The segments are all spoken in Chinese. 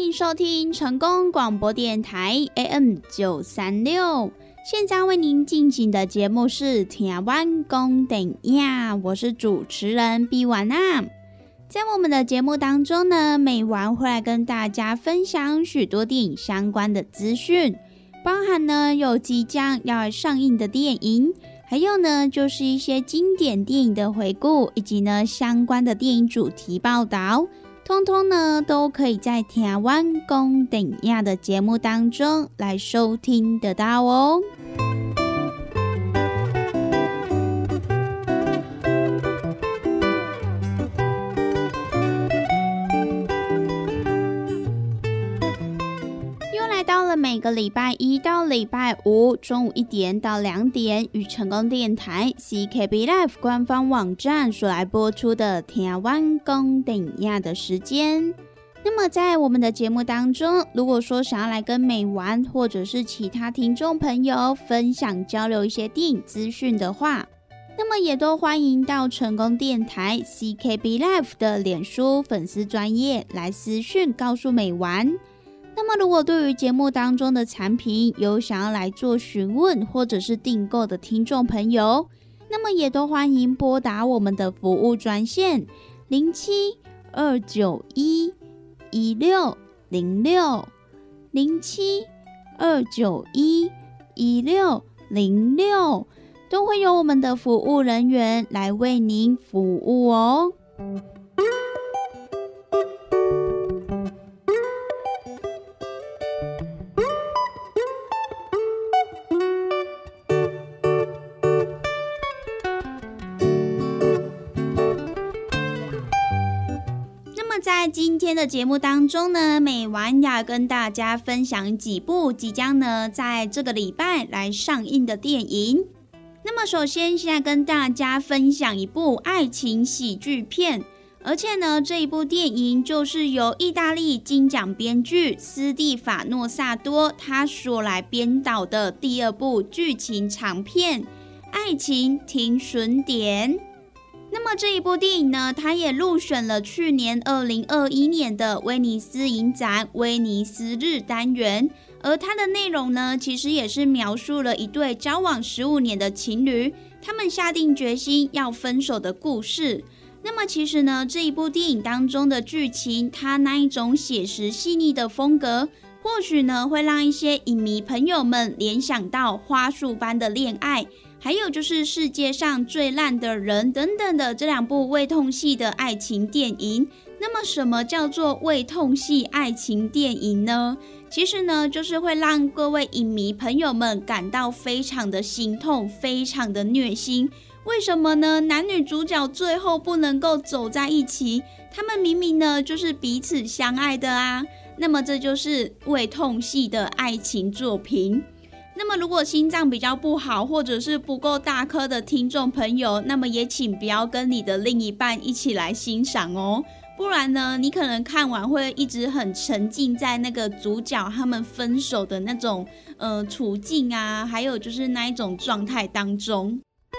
迎收听成功广播电台 AM936，现在为您进行的节目是听完讲电影，我是主持人碧婉啊。在我们的节目当中呢，每晚会来跟大家分享许多电影相关的资讯，包含呢有即将要上映的电影，还有呢就是一些经典电影的回顾，以及呢相关的电影主题报道，通通呢都可以在听完讲电影的节目当中来收听得到哦。每个礼拜一到礼拜五中午1点到2点，与成功电台 CKB Life 官方网站所来播出的听完讲电影的时间。那么在我们的节目当中，如果说想要来跟美玩或者是其他听众朋友分享交流一些电影资讯的话，那么也都欢迎到成功电台 CKB Life 的脸书粉丝专页来私讯告诉美玩。那么如果对于节目当中的产品有想要来做询问或者是订购的听众朋友，那么也都欢迎拨打我们的服务专线07-291-1606 07-291-1606，都会有我们的服务人员来为您服务哦。在今天的节目当中呢，美玩要跟大家分享几部即将呢在这个礼拜来上映的电影。那么首先现在跟大家分享一部爱情喜剧片，而且呢这一部电影就是由意大利金奖编剧斯蒂法诺萨多他所来编导的第2部剧情长片《爱情停损点》。那么这一部电影呢，它也入选了去年2021年的威尼斯影展威尼斯日单元，而它的内容呢，其实也是描述了一对交往15年的情侣，他们下定决心要分手的故事。那么其实呢，这一部电影当中的剧情，它那一种写实细腻的风格，或许呢会让一些影迷朋友们联想到花束般的恋爱，还有就是世界上最烂的人等等的这2部胃痛系的爱情电影。那么什么叫做胃痛系爱情电影呢？其实呢就是会让各位影迷朋友们感到非常的心痛，非常的虐心。为什么呢？男女主角最后不能够走在一起，他们明明呢就是彼此相爱的啊。那么这就是胃痛系的爱情作品。那么如果心脏比较不好或者是不够大颗的听众朋友，那么也请不要跟你的另一半一起来欣赏哦，不然呢你可能看完会一直很沉浸在那个主角他们分手的那种处境啊，还有就是那一种状态当中。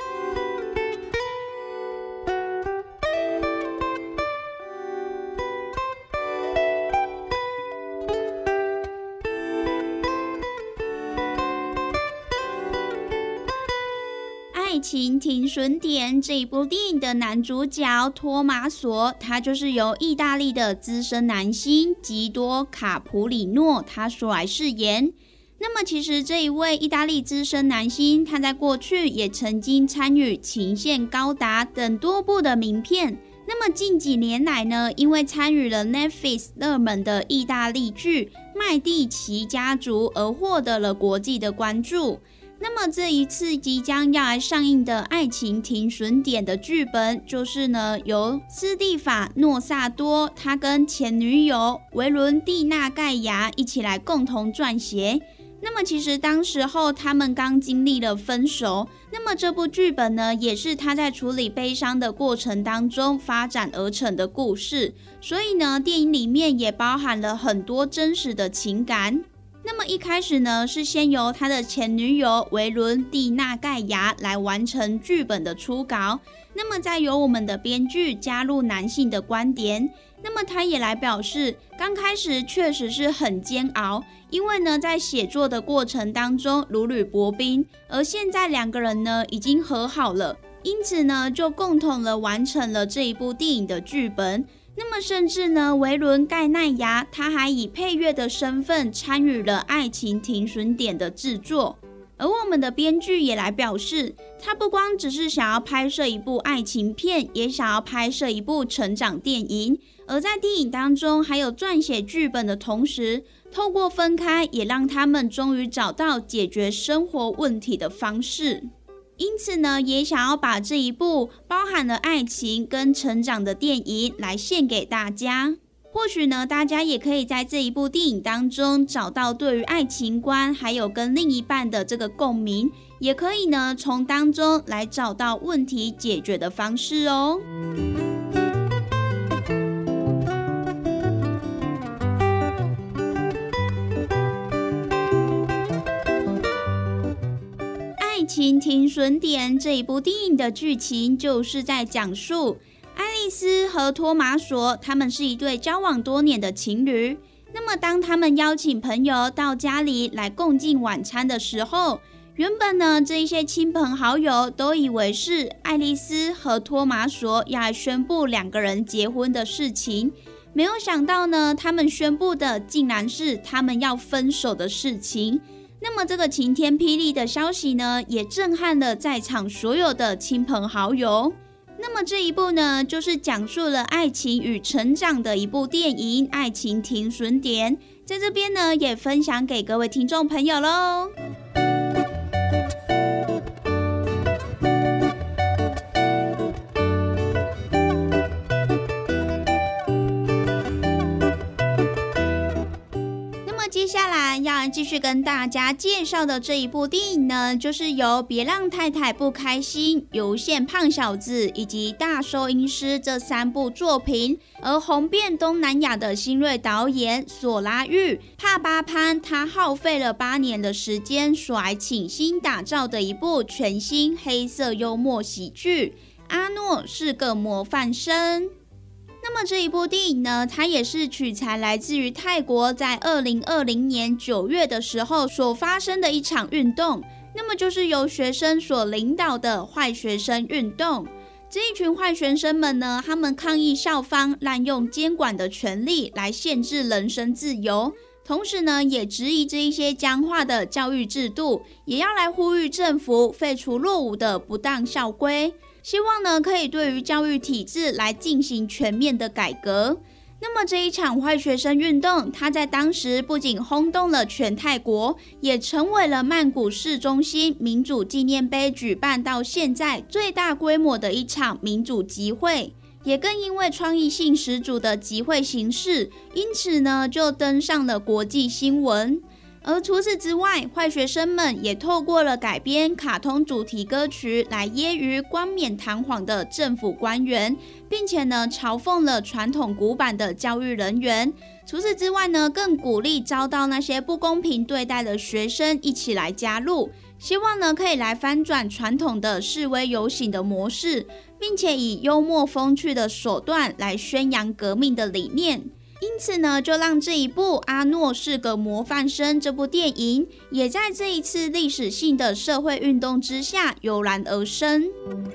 爱情停损点这一部电影的男主角托马索，他就是由意大利的资深男星吉多卡普里诺他所来饰演。那么其实这一位意大利资深男星，他在过去也曾经参与《情线高达》等多部的名片。那么近几年来呢，因为参与了 Netflix 热门的意大利剧《麦蒂奇家族》而获得了国际的关注。那么这一次即将要来上映的《爱情停损点》的剧本，就是呢由斯蒂法诺萨多他跟前女友维伦蒂娜盖亚一起来共同撰写。那么其实当时候他们刚经历了分手，那么这部剧本呢也是他在处理悲伤的过程当中发展而成的故事，所以呢电影里面也包含了很多真实的情感。那么一开始呢，是先由他的前女友维伦蒂娜盖亚来完成剧本的初稿，那么再由我们的编剧加入男性的观点， 那么他也来表示，刚开始确实是很煎熬，因为呢在写作的过程当中如履薄冰，而现在两个人呢已经和好了，因此呢就共同了完成了这一部电影的剧本。那么甚至呢维伦盖奈亚他还以配乐的身份参与了爱情停损点的制作。而我们的编剧也来表示，他不光只是想要拍摄一部爱情片，也想要拍摄一部成长电影，而在电影当中还有撰写剧本的同时，透过分开也让他们终于找到解决生活问题的方式。因此呢也想要把这一部包含了爱情跟成长的电影来献给大家。或许呢大家也可以在这一部电影当中找到对于爱情观还有跟另一半的这个共鸣，也可以呢从当中来找到问题解决的方式哦。爱情停损点这一部电影的剧情就是在讲述爱丽丝和托马索他们是一对交往多年的情侣。那么当他们邀请朋友到家里来共进晚餐的时候，原本呢这一些亲朋好友都以为是爱丽丝和托马索要来宣布两个人结婚的事情，没有想到呢他们宣布的竟然是他们要分手的事情。那么这个晴天霹雳的消息呢也震撼了在场所有的亲朋好友。那么这一部呢就是讲述了爱情与成长的一部电影《爱情停损点》，在这边呢也分享给各位听众朋友咯。接下来要继续跟大家介绍的这一部电影呢，就是由《别让太太不开心》、《有线胖小子》以及《大收音师》这三部作品，而红遍东南亚的新锐导演索拉玉帕巴潘，他耗费了8年的时间所来倾心打造的一部全新黑色幽默喜剧《阿诺是个模范生》。那么这一部电影呢，它也是取材来自于泰国在2020年9月的时候所发生的一场运动，那么就是由学生所领导的坏学生运动。这一群坏学生们呢，他们抗议校方滥用监管的权力来限制人身自由，同时呢也质疑这一些僵化的教育制度，也要来呼吁政府废除落伍的不当校规，希望呢可以对于教育体制来进行全面的改革。那么这一场坏学生运动，它在当时不仅轰动了全泰国，也成为了曼谷市中心民主纪念碑举办到现在最大规模的一场民主集会，也更因为创意性十足的集会形式，因此呢就登上了国际新闻。而除此之外，坏学生们也透过了改编卡通主题歌曲来揶揄冠冕堂皇的政府官员，并且呢嘲讽了传统古板的教育人员。除此之外呢，更鼓励遭到那些不公平对待的学生一起来加入，希望呢可以来翻转传统的示威游行的模式，并且以幽默风趣的手段来宣扬革命的理念。因此呢，就让这一部《阿诺是个模范生》这部电影，也在这一次历史性的社会运动之下油然而生。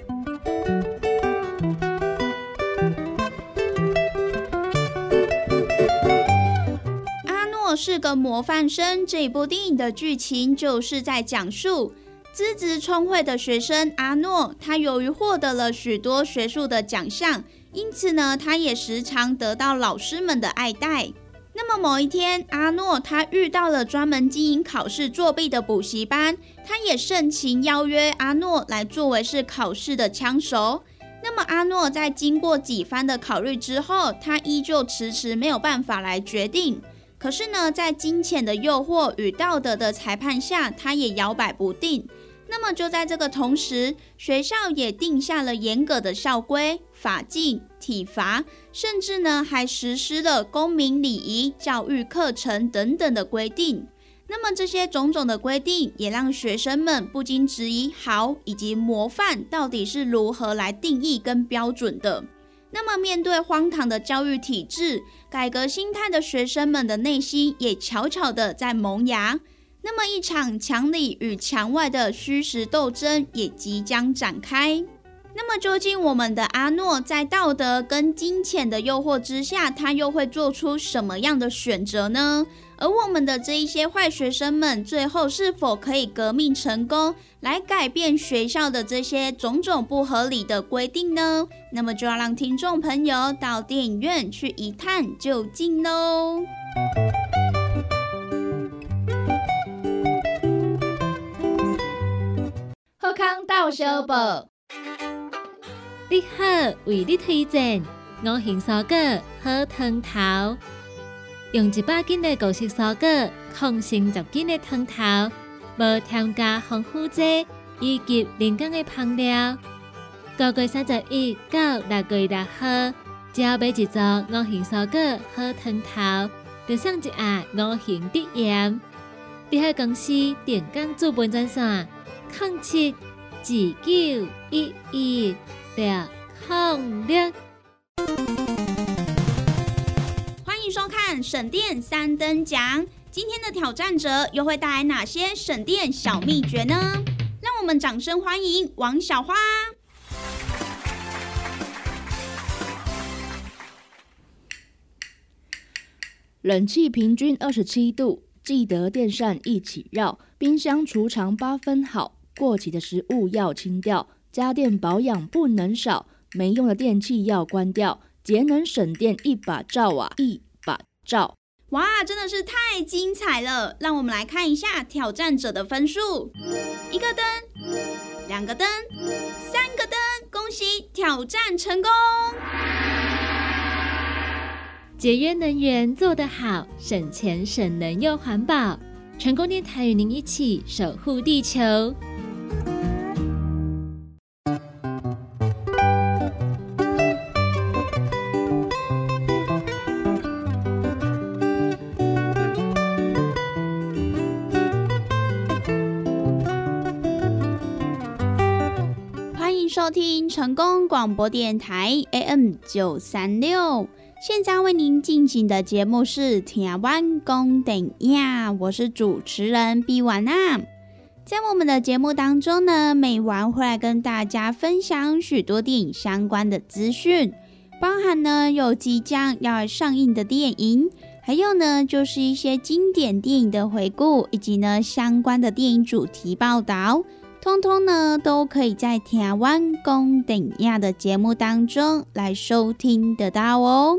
阿诺是个模范生这一部电影的剧情，就是在讲述资质聪慧的学生阿诺，他由于获得了许多学术的奖项，因此呢，他也时常得到老师们的爱戴。那么某一天，阿诺他遇到了专门经营考试作弊的补习班，他也盛情邀约阿诺来作为是考试的枪手。那么阿诺在经过几番的考虑之后，他依旧迟迟没有办法来决定。可是呢，在金钱的诱惑与道德的裁判下，他也摇摆不定。那么就在这个同时，学校也定下了严格的校规、法禁、体罚，甚至呢还实施了公民礼仪、教育课程等等的规定。那么这些种种的规定，也让学生们不禁质疑好以及模范到底是如何来定义跟标准的。 那么面对荒唐的教育体制，改革心态的学生们的内心也悄悄的在萌芽。那么一场墙里与墙外的虚实斗争也即将展开。那么究竟我们的阿诺在道德跟金钱的诱惑之下，他又会做出什么样的选择呢？而我们的这一些坏学生们最后是否可以革命成功，来改变学校的这些种种不合理的规定呢？那么就要让听众朋友到电影院去一探究竟咯。 好康到小报， 你好，为你推荐五行蔬果好汤头。用100斤的五色蔬果，控10斤的汤头，无添加防腐剂以及人工的香料。5月31到6月6號，只要買一組五行蔬果好湯頭，就送一盒五行的鹽。聯合公司電工資本專線07291160。 欢迎收看省电三等奖，今天的挑战者又会带来哪些省电小秘诀呢？让我们掌声欢迎王小花。 冷气平均27度，记得电扇一起绕，冰箱储藏8分好，过期的食物要清掉，家电保养不能少，没用的电器要关掉，节能省电一把照啊，一把照。 哇，真的是太精彩了！让我们来看一下挑战者的分数：1个灯，2个灯，3个灯，恭喜挑战成功！ 节约能源做得好，省钱省能又环保。成功电台与您一起守护地球。 欢迎收听成功广播电台 AM936。现在为您进行的节目是听完讲电影，我是主持人毕婉娜。在我们的节目当中呢，每晚会来跟大家分享许多电影相关的资讯，包含呢有即将要上映的电影，还有呢就是一些经典电影的回顾，以及呢相关的电影主题报道。通通呢都可以在听完讲电影的节目当中来收听得到哦。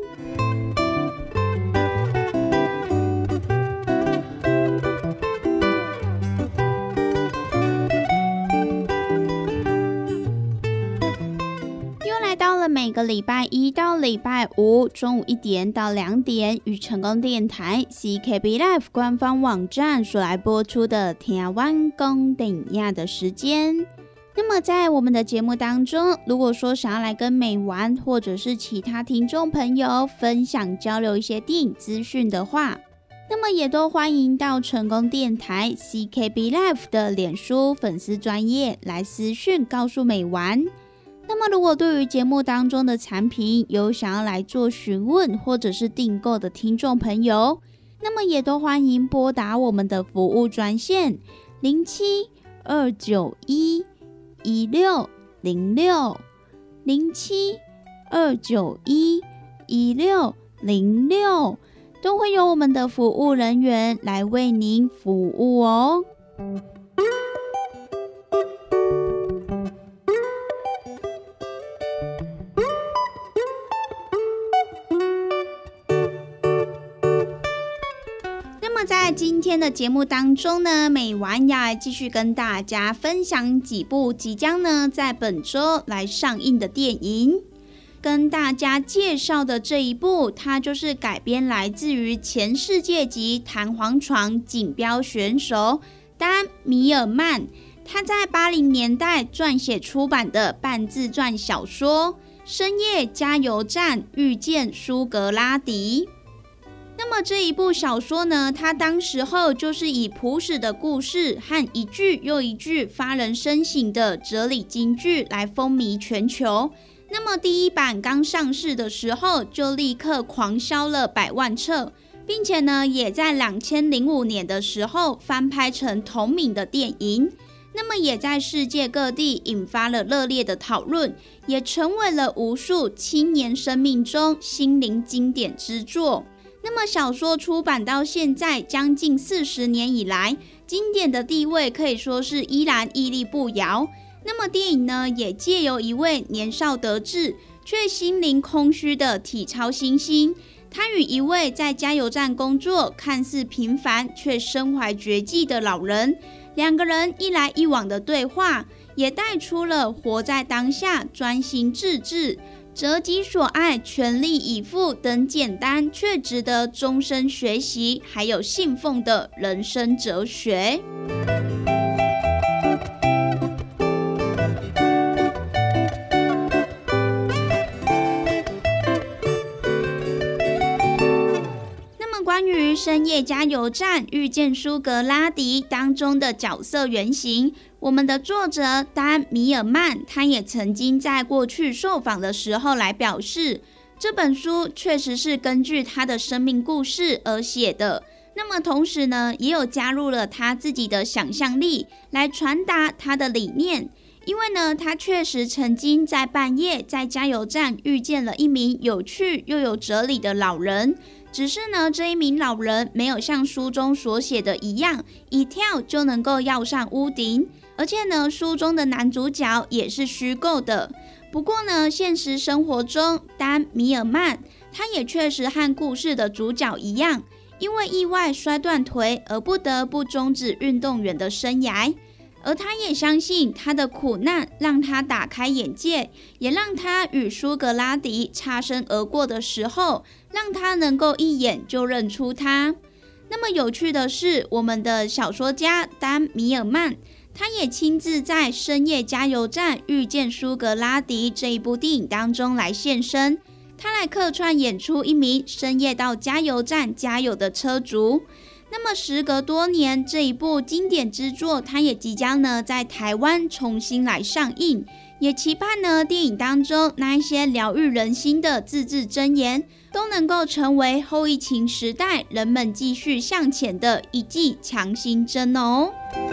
又来到了每个礼拜一到礼拜五中午1点到2点，与成功电台 CKB Life 官方网站所来播出的听完讲电影的时间。那么在我们的节目当中，如果说想要来跟美玩或者是其他听众朋友分享交流一些电影资讯的话，那么也都欢迎到成功电台 CKB Life 的脸书粉丝专页来私讯告诉美玩。那么如果对于节目当中的产品有想要来做询问或者是订购的听众朋友，那么也都欢迎拨打我们的服务专线07-291-1606 07-291-1606，都会有我们的服务人员来为您服务哦。在今天的节目当中呢，美玩要来继续跟大家分享几部即将呢在本周来上映的电影。跟大家介绍的这一部，它就是改编来自于前世界级弹簧床锦标选手丹·米尔曼他在80年代撰写出版的半自传小说《深夜加油站遇见苏格拉底》。那么这一部小说呢，它当时候就是以朴实的故事和一句又一句发人深省的哲理金句来风靡全球。 那么第一版刚上市的时候就立刻狂销了100万册，并且呢也在2005年的时候翻拍成同名的电影，那么也在世界各地引发了热烈的讨论，也成为了无数青年生命中心灵经典之作。那么小说出版到现在将近40年以来，经典的地位可以说是依然屹立不摇。那么电影呢，也借由一位年少得志却心灵空虚的体操新星，他与一位在加油站工作看似平凡却身怀绝技的老人，两个人一来一往的对话，也带出了活在当下、专心致志、择己所爱、全力以赴等简单却值得终身学习还有信奉的人生哲学。关于深夜加油站遇见苏格拉底当中的角色原型，我们的作者丹·米尔曼他也曾经在过去受访的时候来表示，这本书确实是根据他的生命故事而写的，那么同时呢也有加入了他自己的想象力来传达他的理念。因为呢他确实曾经在半夜在加油站遇见了一名有趣又有哲理的老人，只是呢这一名老人没有像书中所写的一样一跳就能够要上屋顶，而且呢书中的男主角也是虚构的。不过呢现实生活中丹·米尔曼他也确实和故事的主角一样，因为意外摔断腿而不得不终止运动员的生涯，而他也相信他的苦难让他打开眼界，也让他与苏格拉底擦身而过的时候，让他能够一眼就认出他。那么有趣的是，我们的小说家丹·米尔曼他也亲自在《深夜加油站遇见苏格拉底》这一部电影当中来现身，他来客串演出一名深夜到加油站加油的车主。那么时隔多年，这一部经典之作它也即将呢在台湾重新来上映，也期盼呢电影当中那一些疗愈人心的字字真言都能够成为后疫情时代人们继续向前的一剂强心针哦。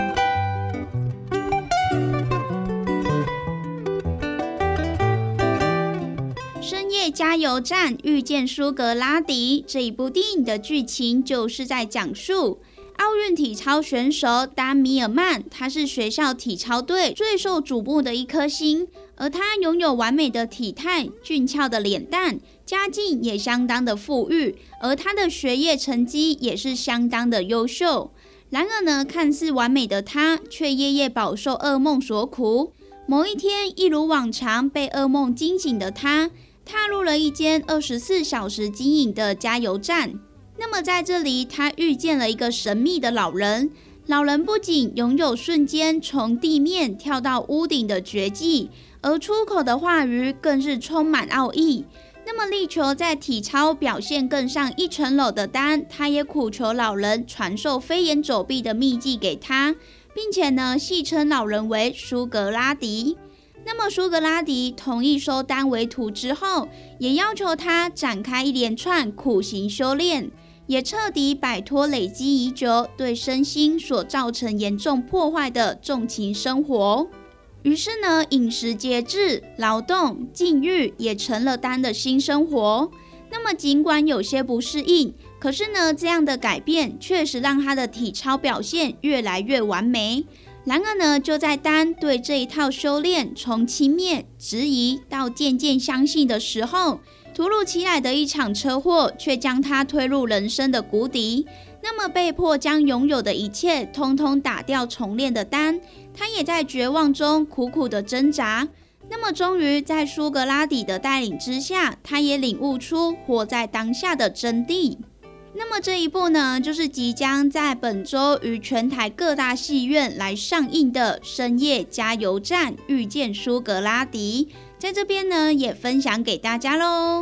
深夜加油站遇见苏格拉底这一部电影的剧情就是在讲述奥运体操选手丹·米尔曼，他是学校体操队最受瞩目的一颗星，而他拥有完美的体态、俊俏的脸蛋，家境也相当的富裕，而他的学业成绩也是相当的优秀。然而呢，看似完美的他，却夜夜饱受噩梦所苦。某一天，一如往常被噩梦惊醒的他，踏入了一间24小时经营的加油站。那么在这里，他遇见了一个神秘的老人。老人不仅拥有瞬间从地面跳到屋顶的绝技，而出口的话语更是充满奥义。那么力求在体操表现更上一层楼的丹，他也苦求老人传授飞檐走壁的秘技给他，并且呢戏称老人为苏格拉底。那么苏格拉底同意收丹为徒之后，也要求他展开一连串苦行修炼，也彻底摆脱累积已久对身心所造成严重破坏的重情生活。于是呢，饮食节制、劳动、禁欲也成了丹的新生活。那么尽管有些不适应，可是呢，这样的改变确实让他的体操表现越来越完美。然而呢，就在丹对这一套修炼从轻蔑、质疑到渐渐相信的时候，突如其来的一场车祸却将他推入人生的谷底。那么被迫将拥有的一切通通打掉重练的丹，他也在绝望中苦苦的挣扎。那么终于在苏格拉底的带领之下，他也领悟出活在当下的真谛。那么这一部呢，就是即将在本周于全台各大戏院来上映的《深夜加油站遇见苏格拉底》，在这边呢也分享给大家咯。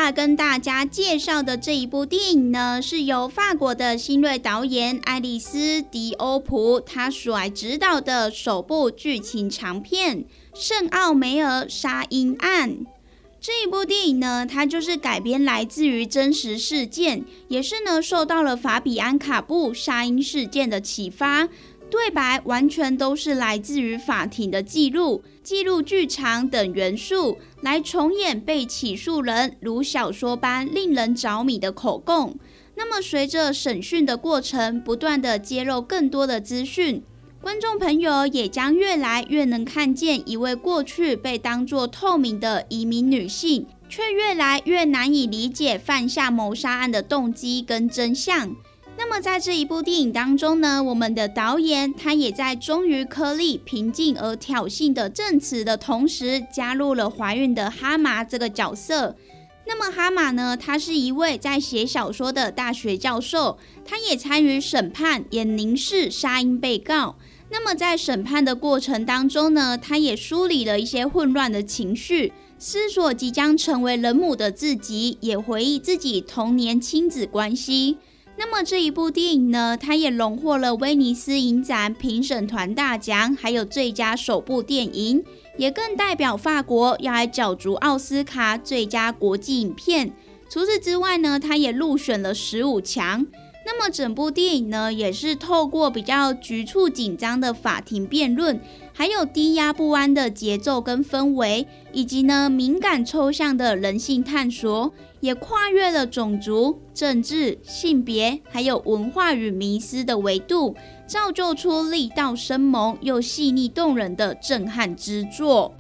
来跟大家介绍的这一部电影呢，是由法国的新锐导演爱丽丝·迪欧普他所来执导的首部剧情长片《圣奥梅尔杀婴案》。这一部电影呢，它就是改编来自于真实事件，也是呢受到了法比安卡布杀婴事件的启发。对白完全都是来自于法庭的记录剧场等元素，来重演被起诉人如小说般令人着迷的口供。那么随着审讯的过程不断的揭露更多的资讯，观众朋友也将越来越能看见一位过去被当作透明的移民女性，却越来越难以理解犯下谋杀案的动机跟真相。那么在这一部电影当中呢，我们的导演他也在忠于柯利平静而挑衅的证词的同时，加入了怀孕的哈玛这个角色。那么哈玛呢，他是一位在写小说的大学教授，他也参与审判，也凝视杀婴被告。那么在审判的过程当中呢，他也梳理了一些混乱的情绪，思索即将成为人母的自己，也回忆自己童年亲子关系。那么这一部电影呢，它也荣获了威尼斯影展评审团大奖，还有最佳首部电影，也更代表法国要来角逐奥斯卡最佳国际影片。除此之外呢，它也入选了15强。那么整部电影呢，也是透过比较局促紧张的法庭辩论，还有低压不安的节奏跟氛围，以及呢敏感抽象的人性探索，也跨越了种族、政治、性别，还有文化与迷思的维度，造就出力道生猛又细腻动人的震撼之作。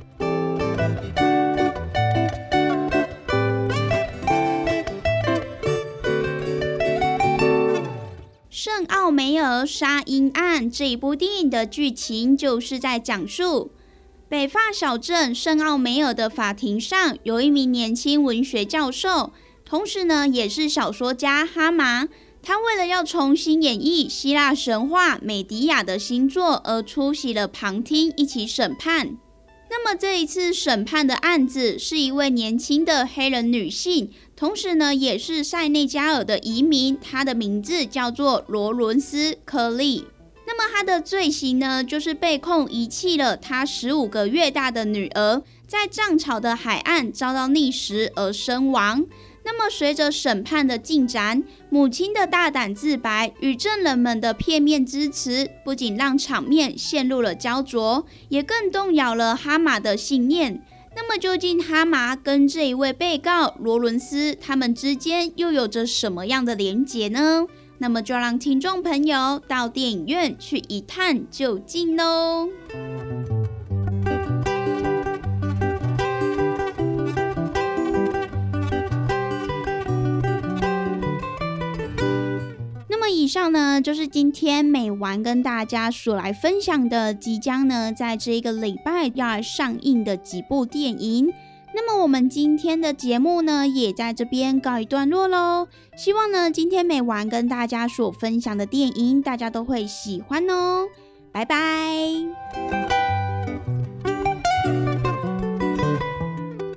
圣奥梅尔杀婴案这一部电影的剧情就是在讲述北法小镇圣奥梅尔的法庭上，有一名年轻文学教授，同时呢也是小说家哈玛。他为了要重新演绎希腊神话美狄亚的星座而出席了旁听一起审判。那么这一次审判的案子是一位年轻的黑人女性，同时呢也是塞内加尔的移民，她的名字叫做罗伦斯·柯利。那么她的罪行呢，就是被控遗弃了她15个月大的女儿，在涨潮的海岸遭到溺食而身亡。那么随着审判的进展，母亲的大胆自白与证人们的片面之词，不仅让场面陷入了焦灼，也更动摇了哈玛的信念。那么究竟哈玛跟这一位被告罗伦斯他们之间又有着什么样的连结呢？那么就让听众朋友到电影院去一探究竟咯。以上呢就是今天美丸跟大家所来分享的即将呢在这一个礼拜要来上映的几部电影。那么我们今天的节目呢也在这边告一段落咯，希望呢今天美丸跟大家所分享的电影大家都会喜欢哦，拜拜。